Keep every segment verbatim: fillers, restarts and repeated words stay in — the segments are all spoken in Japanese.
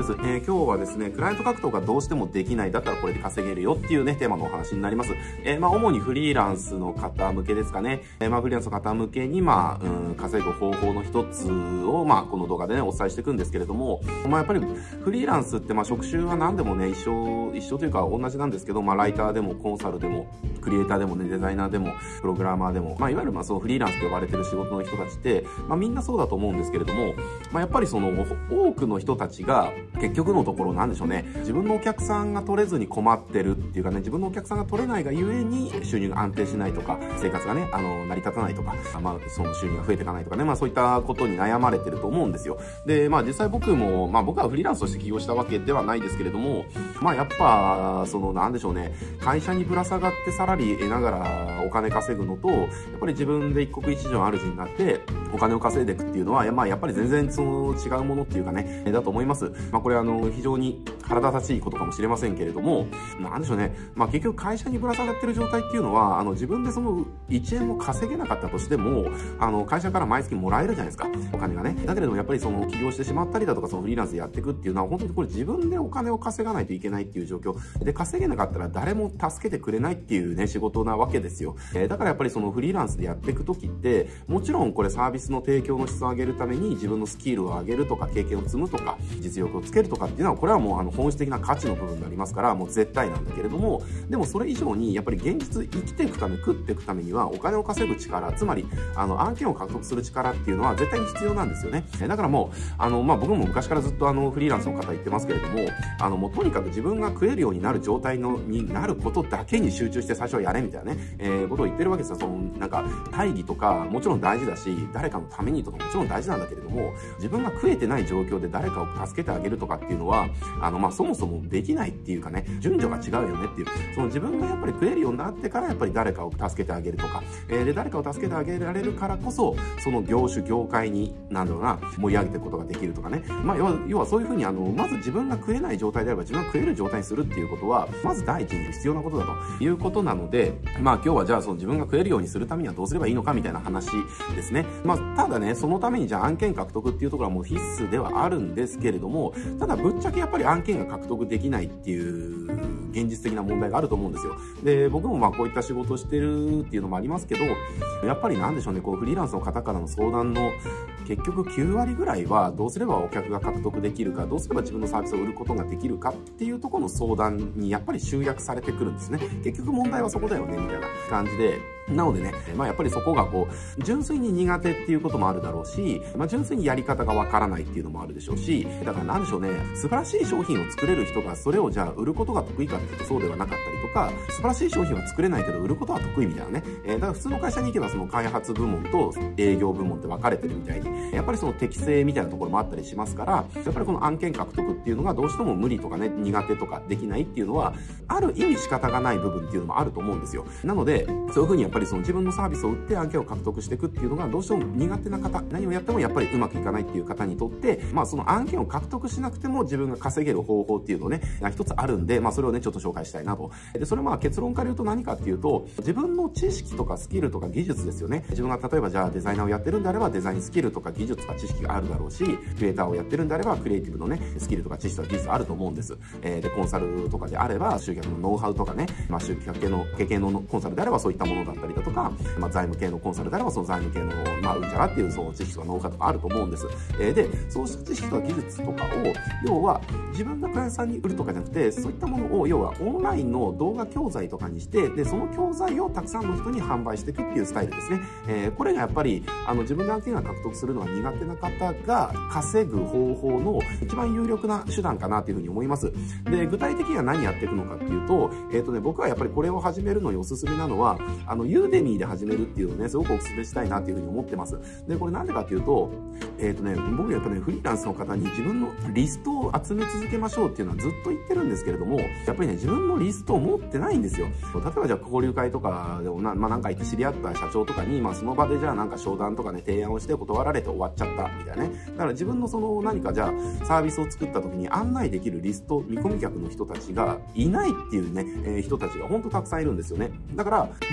。えー、今日はですね、クライアント獲得がどうしてもできない、だったらこれで稼げるよっていうね、テーマのお話になります。えー、まあ、主にフリーランスの方向けですかね。えー、まあ、フリーランスの方向けに、まあ、うん、稼ぐ方法の一つを、まあ、この動画でね、お伝えしていくんですけれども、まあ、やっぱり、フリーランスって、まあ、職種は何でもね、一緒、一緒というか同じなんですけど、まあ、ライターでも、コンサルでも、クリエイターでもね、デザイナーでも、プログラマーでも、まあ、いわゆる、まあ、そのフリーランスと呼ばれてる仕事の人たちって、まあ、みんなそうだと思うんですけれども、まあ、やっぱりその、多くの人たちが、結局のところなんでしょうね、自分のお客さんが取れずに困ってるっていうかね、自分のお客さんが取れないがゆえに、収入が安定しないとか、生活がね、あの、成り立たないとか、まあ、その収入が増えていかないとかね、まあ、そういったことに悩まれてると思うんですよ。で、まあ、実際僕も、まあ、僕はフリーランスとして起業したわけではないですけれども、まあ、やっぱ、その、なんでしょうね、会社にぶら下がってサラリー得ながらお金稼ぐのと、やっぱり自分で一国一城の主になって、お金を稼いでいくっていうのは、まあ、やっぱり全然その違うものっていうかね、だと思います。まあ、これあの、非常に腹立たしいことかもしれませんけれども、なんでしょうね、まあ、結局会社にぶら下がってる状態っていうのは、あの、自分でそのいちえんも稼げなかったとしても、あの、会社から毎月もらえるじゃないですか、お金がね。だけれどもやっぱりその起業してしまったりだとか、そのフリーランスでやっていくっていうのは、本当にこれ自分でお金を稼がないといけないっていう状況。で、稼げなかったら誰も助けてくれないっていうね、仕事なわけですよ。えー、だからやっぱりそのフリーランスでやっていくときって、もちろんこれサービスの提供の質を上げるために自分のスキルを上げるとか、経験を積むとか、実力をつけるとかっていうのは、これはもうあの本質的な価値の部分になりますから、もう絶対なんだけれども、でもそれ以上にやっぱり現実生きていくため、食っていくためにはお金を稼ぐ力、つまりあの案件を獲得する力っていうのは絶対に必要なんですよね。だからもう、あの、まあ、僕も昔からずっとあのフリーランスの方言ってますけれども、あのもうとにかく自分が食えるようになる状態のになることだけに集中して最初はやれみたいなね、えー、ことを言ってるわけですよ。そのなんか大義とかもちろん大事だし、誰かのためにとかもちろん大事なんだけれども、自分が食えてない状況で誰かを助けてあげるとかっていうのは、あのまあそもそもできないっていうかね、順序が違うよねっていう、その自分がやっぱり食えるようになってからやっぱり誰かを助けてあげるとか、えー、で誰かを助けてあげられるからこそ、その業種業界になんだろうな、盛り上げていくことができるとかね、まあ要は要はそういうふうにあのまず自分が食えない状態であれば自分が食える状態にするっていうことはまず第一に必要なことだということなので、まあ今日はじゃあその自分が食えるようにするためにはどうすればいいのかみたいな話ですね。まあただね、そのためにじゃあ案件獲得っていうところはもう必須ではあるんですけれども、ただぶっちゃけやっぱり案件が獲得できないっていう現実的な問題があると思うんですよ。で、僕もまあこういった仕事をしてるっていうのもありますけど、やっぱりなんでしょうね、こうフリーランスの方からの相談の結局きゅうわりぐらいはどうすればお客が獲得できるか、どうすれば自分のサービスを売ることができるかっていうところの相談にやっぱり集約されてくるんですね。結局問題はそこだよねみたいな感じで、なのでね、まあやっぱりそこがこう、純粋に苦手っていうこともあるだろうし、まあ純粋にやり方がわからないっていうのもあるでしょうし、だからなんでしょうね、素晴らしい商品を作れる人がそれをじゃあ売ることが得意かっていうとそうではなかったりとか、素晴らしい商品は作れないけど売ることは得意みたいなね。えー、だから普通の会社に行けばその開発部門と営業部門って分かれてるみたいに、やっぱりその適性みたいなところもあったりしますから、やっぱりこの案件獲得っていうのがどうしても無理とかね、苦手とかできないっていうのは、ある意味仕方がない部分っていうのもあると思うんですよ。なので、そういうふうにやっぱりその自分のサービスを売って案件を獲得していくっていうのがどうしても苦手な方、何をやってもやっぱりうまくいかないっていう方にとって、まあその案件を獲得しなくても自分が稼げる方法っていうのをね、一つあるんで、まあそれをね、ちょっと紹介したいなと。で、それまあ結論から言うと何かっていうと、自分の知識とかスキルとか技術ですよね。自分が例えばじゃあデザイナーをやってるんであればデザインスキルとか技術とか知識があるだろうし、クリエイターをやってるんであればクリエイティブのね、スキルとか知識とか技術あると思うんです。えー、で、コンサルとかであれば集客のノウハウとかね、まあ集客系の経験のコンサルであればそういったものだったりだとか、まあ財務系のコンサルであればその財務系の、まあうんちゃらっていうその知識とかノウハウとかあると思うんです。えー、で、そうした知識とか技術とかを、要は自分がクライアントさんに売るとかじゃなくて、そういったものを要はオンラインの動画教材とかにして、で、その教材をたくさんの人に販売していくっていうスタイルですね。えー、これがやっぱり、あの、自分で案件が獲得するのが苦手な方が稼ぐ方法の一番有力な手段かなというふうに思います。で、具体的には何やっていくのかっていうと、えっとね、僕はやっぱりこれを始めるのにおすすめなのは、あの、ユーデミーで始めるっていうのをね、すごくお勧めしたいなっていうふうに思ってます。で、これなんでかっていうと、えっとね、僕やっぱね、フリーランスの方に自分のリストを集め続けましょうっていうのはずっと言ってるんですけれども、やっぱりね、自分のリストを持ってないんですよ。例えばじゃあ交流会とかでもな、まあ、なんか言って知り合った社長とかに、まあ、その場でじゃあなんか商談とかね、提案をして断られて終わっちゃったみたいなね。だから自分のその何かじゃあサービスを作った時に案内できるリスト、見込み客の人たちがいないっていうね、えー、人たちが本当たくさんいるんですよね。だから、どっかで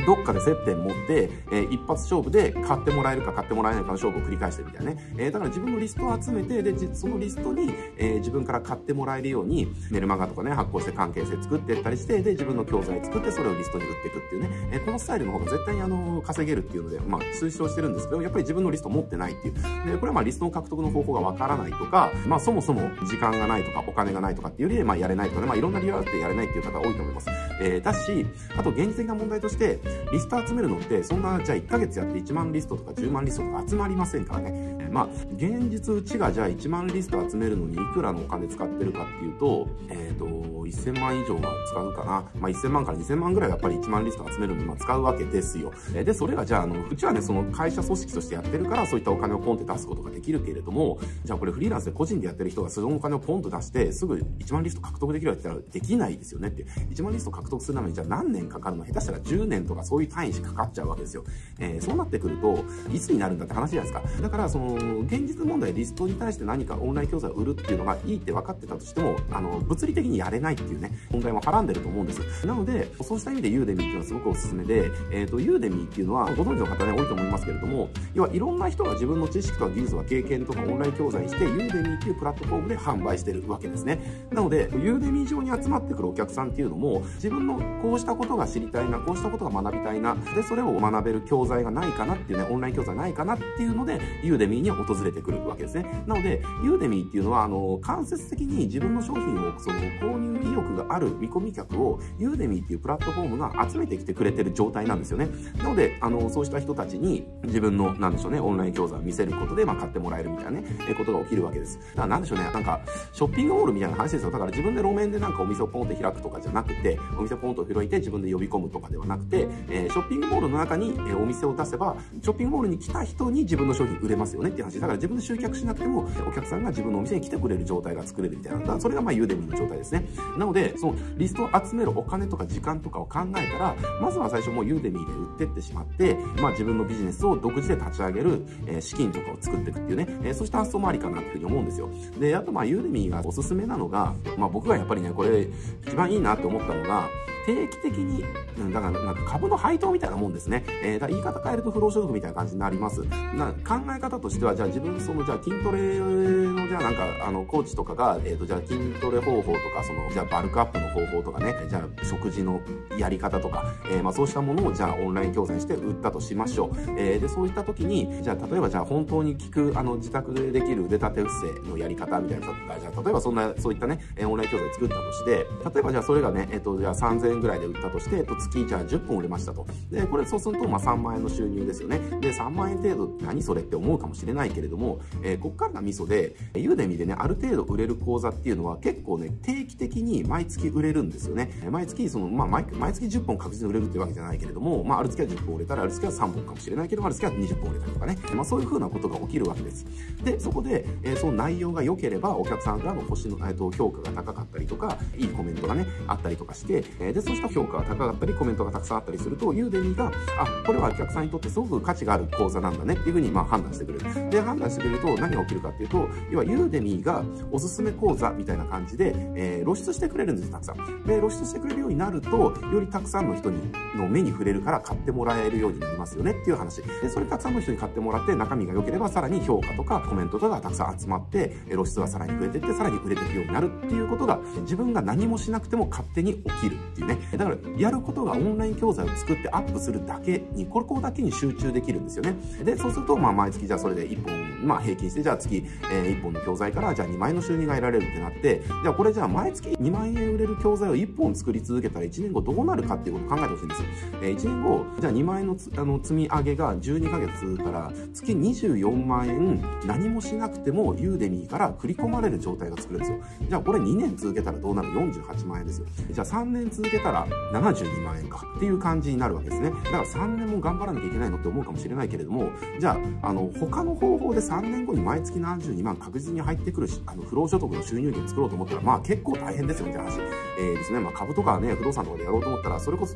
接点持って、えー、一発勝負で買ってもらえるか買ってもらえないかの勝負を繰り返してるみたいなね。えー、だから自分のリストを集めて、で、そのリストに、えー、自分から買ってもらえるように、メルマガとかね、発行して関係性作っていったりして、で、自分の教材作って、それをリストに売っていくっていうね。えー、このスタイルの方が絶対にあの、稼げるっていうので、まあ、推奨してるんですけど、やっぱり自分のリスト持ってないっていう。で、これはまあ、リストの獲得の方法がわからないとか、まあ、そもそも時間がないとか、お金がないとかっていうより、まあ、やれないとかね、まあ、いろんな理由があってやれないっていう方多いと思います。えー、だし、あと、現実的な問題として、リスト集めるのって、そんな、じゃあいっかげつやっていちまんリストとかじゅうまんリストとか集まりませんからね。えー、まあ、現実うちがじゃあいちまんリスト集めるのにいくらのお金使ってるかっていうと、えっと、いっせんまん以上は使うかな。まあ、いっせんまんからにせんまんぐらいやっぱりいちまんリスト集めるのにまあ使うわけですよ。えー、で、それがじゃあ、あの、うちはね、その会社組織としてやってるから、そういったお金をポンって出すことができるけれども、じゃあこれフリーランスで個人でやってる人がそのお金をポンと出して、すぐいちまんリスト獲得できるって言ったらできないですよねって。いちまんリスト獲得するためにじゃあ何年かかるの？下手したらじゅうねんとかそういう単位しかかかっちゃうわけですよ。えー、そうなってくると、いつになるんだって話じゃないですか。だから、その、現実問題リストに対して何かオンライン教材を売るっていうのがいいって分かってたとしても、あの、物理的にやれないっていうね、問題もはらんでると思うんです。なので、そうした意味でユーデミーっていうのはすごくおすすめで、えっと、ユーデミーっていうのはご存知の方ね、多いと思いますけれども、要はいろんな人が自分の知識とか技術とか経験とかオンライン教材にして、ユーデミーっていうプラットフォームで販売してるわけですね。なので、ユーデミー上に集まってくるお客さんっていうのも、自分のこうしたことが知りたいな、こうしたことが学びたいな、で、それを学べる教材がないかなっていうね、オンライン教材ないかなっていうので、ユーデミーに訪れてくるわけですね。なので、ユーデミーっていうのは、あの、間接的に自分の商品を、その、購入意欲がある見込み客を、ユーデミーっていうプラットフォームが集めてきてくれてる状態なんですよね。なので、あの、そうした人たちに、自分の、なんでしょうね、オンライン教材を見せることで、まあ、買ってもらえるみたいなね、えことが起きるわけです。だから、なんでしょうね、なんか、ショッピングモールみたいな話ですよ。だから自分で路面でなんかお店をポンって開くとかじゃなくて、お店をポンと開いて自分で呼び込むとかではなくて、えー、ショッピングモールの中に、えー、お店を出せば、ショッピングモールに来た人に自分の商品売れますよねっていう話。だから自分で集客しなくても、お客さんが自分のお店に来てくれる状態が作れるみたいな。だからそれがまあユーデミーの状態ですね。なので、そのリストを集めるお金とか時間とかを考えたら、まずは最初もうユーデミーで売ってってしまって、まあ自分のビジネスを独自で立ち上げる、えー、資金とかを作っていくっていうね、えー、そうした発想もありかなっていうふうに思うんですよ。で、あとまあユーデミーがおすすめなのが、まあ僕がやっぱりね、これ一番いいなって思ったのが、定期的に、うん、だからなんか株の配当みたいなもんですね。えー、だ言い方変えると不労所得みたいな感じになります。な考え方としては、じゃあ自分その、じゃあ筋トレの、じゃあなんか、あの、コーチとかが、えっと、じゃあ筋トレ方法とか、その、じゃあバルクアップの方法とかね、じゃあ食事のやり方とか、えー、まあそうしたものを、じゃあオンライン教材にして売ったとしましょう。えー、で、そういった時に、じゃあ例えばじゃあ本当に効く、あの、自宅でできる腕立て伏せのやり方みたいな、じゃあ例えばそんな、そういったね、オンライン教材作ったとして、例えばじゃあそれがね、えっと、じゃあさんぜんえんぐらいで売ったとして、えっと、月じゃあじゅっぽん売れましたと。で、これそうすると、まあさんまんえんの収入ですよね。で、さんまんえん程度、何それって思うかもしれないけれども、えー、こっからがミソで、ユーデミーでね、ある程度売れる講座っていうのは結構ね、定期的に毎月売れるんですよね。毎月、その、まあ毎、毎月じゅっぽん確実に売れるっていうわけじゃないけれども、まあある月はじゅっぽん売れたら、ある月はさんぼんかもしれないけど、ある月はにじゅっぽん売れたりとかね。まあそういう風なことが起きるわけです。で、そこで、えー、その内容が良ければ、お客さんからの星の、えっと、評価が高かったりとか、いいコメントがね、あったりとかして、えー、で、そうした評価が高かったり、コメントがたくさんあったりすると、ユーデミーが、あ、これはお客さんにとってすごく価値がある講座なんだねっていう風に、まあ判断してくれる。で、判断してくれると何が起きるかっていうと、要はユーデミーがおすすめ講座みたいな感じで、えー、露出してくれるんですよ、たくさん。で、露出してくれるようになると、よりたくさんの人に、の目に触れるから買ってもらえるようになりますよねっていう話。で、それたくさんの人に買ってもらって、中身が良ければさらに評価とかコメントとかがたくさん集まって、露出がさらに増えていって、さらに売れていくようになるっていうことが、自分が何もしなくても勝手に起きるっていうね。だから、やることがオンライン教材を作ってアップするだけに、ここだけに集中できるんですよね。で、そうすると、まあ、毎月じゃあそれでいっぽん、まあ、平均して、じゃあ月、えー、いっぽんの教材から、じゃあにまんえんの収入が得られるってなって、じゃあこれじゃあ毎月にまんえん売れる教材をいっぽん作り続けたらいちねんごどうなるかっていうことを考えてほしいんです。えー、いちねんご、じゃあにまんえんのつあの積み上げがじゅうにかげつから月にじゅうよんまんえん何もしなくてもユーデミーから振り込まれる状態が作れるんですよ。じゃあこれにねん続けたらどうなる？よんじゅうはちまんえんですよ。じゃあさんねん続けたらななじゅうにまんえんかっていう感じになるわけですね。だからさんねんも頑張らなきゃいけないのって思うかもしれないけれども、じゃあ、あの、他の方法でさんねんごに毎月ななじゅうにまん確実に入ってくるし、あの、不労所得の収入源作ろうと思ったら、まあ結構大変ですよみたいな話。えー、ですね。まあ株とかね、不動産とかでやろうと思ったら、それこそ、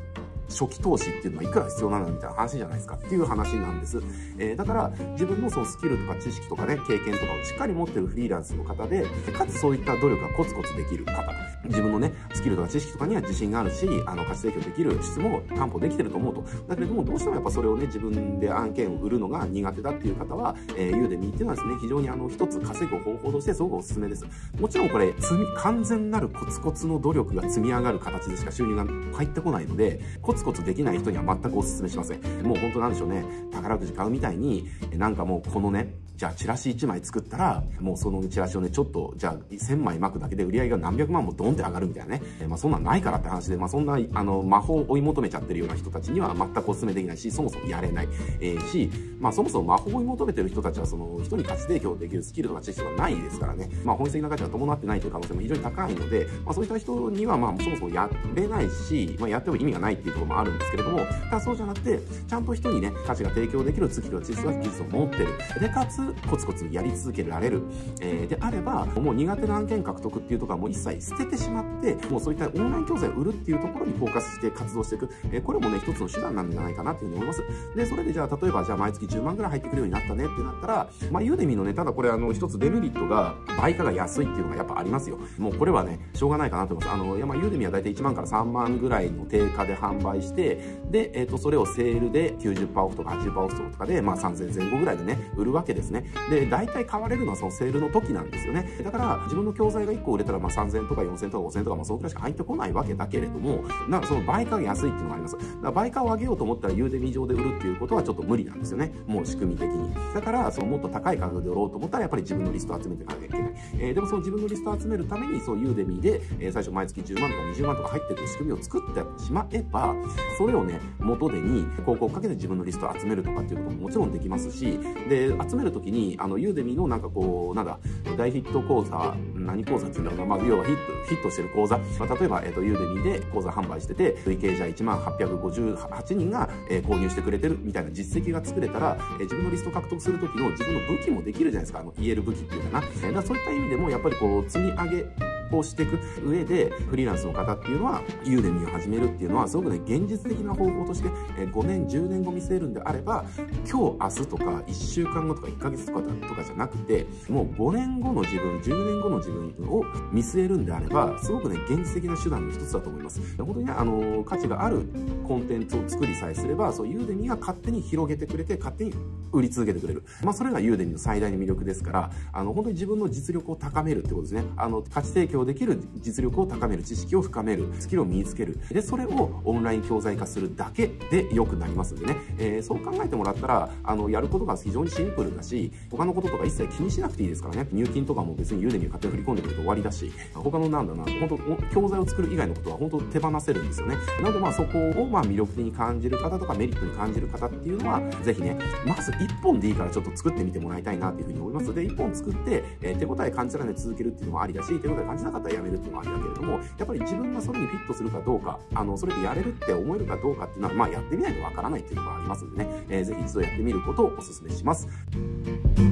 初期投資っていうのはいくら必要なのみたいな話じゃないですかっていう話なんです。えー、だから自分のそのスキルとか知識とかね、経験とかをしっかり持ってるフリーランスの方で、かつそういった努力がコツコツできる方、自分のね、スキルとか知識とかには自信があるし、あの、価値提供できる質も担保できてると思うと。だけれども、どうしてもやっぱそれをね、自分で案件を売るのが苦手だっていう方は、えー、ユーデミーっていうのはですね、非常にあの、一つ稼ぐ方法としてすごくおすすめです。もちろんこれ、積み、完全なるコツコツの努力が積み上がる形でしか収入が入ってこないので、コツコツできない人には全くおすすめしません。もう本当なんでしょうね、宝くじ買うみたいに、なんかもうこのね、じゃあチラシいちまい作ったら、もうそのチラシをね、ちょっと、じゃあせんまい巻くだけで売り上げが何百万もドンって上がるみたいなね。えー、まあそんなんないからって話で、まあそんな、あの、魔法を追い求めちゃってるような人たちには全くお勧めできないし、そもそもやれない。えー、し、まあそもそも魔法を追い求めてる人たちは、その、人に価値提供できるスキルとか知識がないですからね。まあ本質的な価値が伴ってないという可能性も非常に高いので、まあそういった人には、まあそもそもやれないし、まあやっても意味がないっていうところもあるんですけれども、ただそうじゃなくて、ちゃんと人にね、価値が提供できるスキルと知識技術を持ってる。で、かつ、コツコツやり続けられる、えー、であれば、もう苦手な案件獲得っていうところはもう一切捨ててしまって、もうそういったオンライン教材を売るっていうところにフォーカスして活動していく。えー、これもね、一つの手段なんじゃないかなっていうふうに思います。で、それでじゃあ、例えばじゃあ毎月じゅうまんぐらい入ってくるようになったねってなったら、まあ、ユーデミーのね、ただこれあの、一つデメリットが、売価が安いっていうのがやっぱありますよ。もうこれはね、しょうがないかなと思います。あの、いやまあ、ユーデミーはだいたいいちまんからさんまんぐらいの定価で販売して、で、えっと、それをセールで きゅうじゅっパーセント オフとか はちじゅっパーセント オフとかで、まあ、さんぜんぜん後ぐらいでね、売るわけですね。で、大体買われるのはそのセールの時なんですよね。だから自分の教材がいっこ売れたらまあさんぜんとかよんせんとかごせんとかまあそのくらいしか入ってこないわけだけれども、なんかその売価が安いっていうのがあります。だから売価を上げようと思ったらユーデミー上で売るっていうことはちょっと無理なんですよね。もう仕組み的に。だからそのもっと高い価格で売ろうと思ったらやっぱり自分のリストを集めていかなきゃいけない。えー、でもその自分のリストを集めるためにそうユーデミーで、えー、最初毎月じゅうまんとかにじゅうまんとか入ってくる仕組みを作ってしまえば、それをね元手に広告をかけて自分のリストを集めるとかっていうことももちろんできますし、で集めるときにあのユーデミーのなんかこうなんだ大ヒット講座、何講座っていうんだろうな、まあ、要はヒット、ヒットしてる講座。まあ、例えば、えっと、ユーデミーで講座販売してて、累計じゃあいちまんはっぴゃくごじゅうはちにんが、えー、購入してくれてるみたいな実績が作れたら、えー、自分のリストを獲得するときの自分の武器もできるじゃないですか。あの、言える武器っていうかな。えー、だからそういった意味でも、やっぱりこう、積み上げ、をしていく上でフリーランスの方っていうのはユーデミーを始めるっていうのはすごくね現実的な方法としてごねんじゅうねんご見据えるんであれば今日明日とかいっしゅうかんごとかいっかげつとかとかじゃなくてもうごねんごの自分じゅうねんごの自分を見据えるんであればすごくね現実的な手段の一つだと思います。本当にねあの価値があるコンテンツを作りさえすればそうユーデミーが勝手に広げてくれて勝手に売り続けてくれる、まあ、それがユーデミーの最大の魅力ですからあの本当に自分の実力を高めるってことですね。あの価値提供できる実力を高める、知識を深める、スキルを身につける。で、それをオンライン教材化するだけで良くなりますんでね。えー、そう考えてもらったら、あの、やることが非常にシンプルだし、他のこととか一切気にしなくていいですからね。入金とかも別にユーデミー勝手に振り込んでくると終わりだし、他のなんだな、本当教材を作る以外のことは本当手放せるんですよね。なのでまあそこをまあ魅力的に感じる方とかメリットに感じる方っていうのは、ぜひね、まず一本でいいからちょっと作ってみてもらいたいなっていうふうに思いますので、一本作って、えー、手応え感じたらね、続けるっていうのもありだし、手応え感じなかったらやめるっていうのもありだけれども、やっぱり自分がそれにフィットするかどうか、あの、それでやれるって思えるかどうかっていうのは、まあやってみないとわからないっていうのがありますんでね、えー、ぜひ一度やってみることをお勧めします。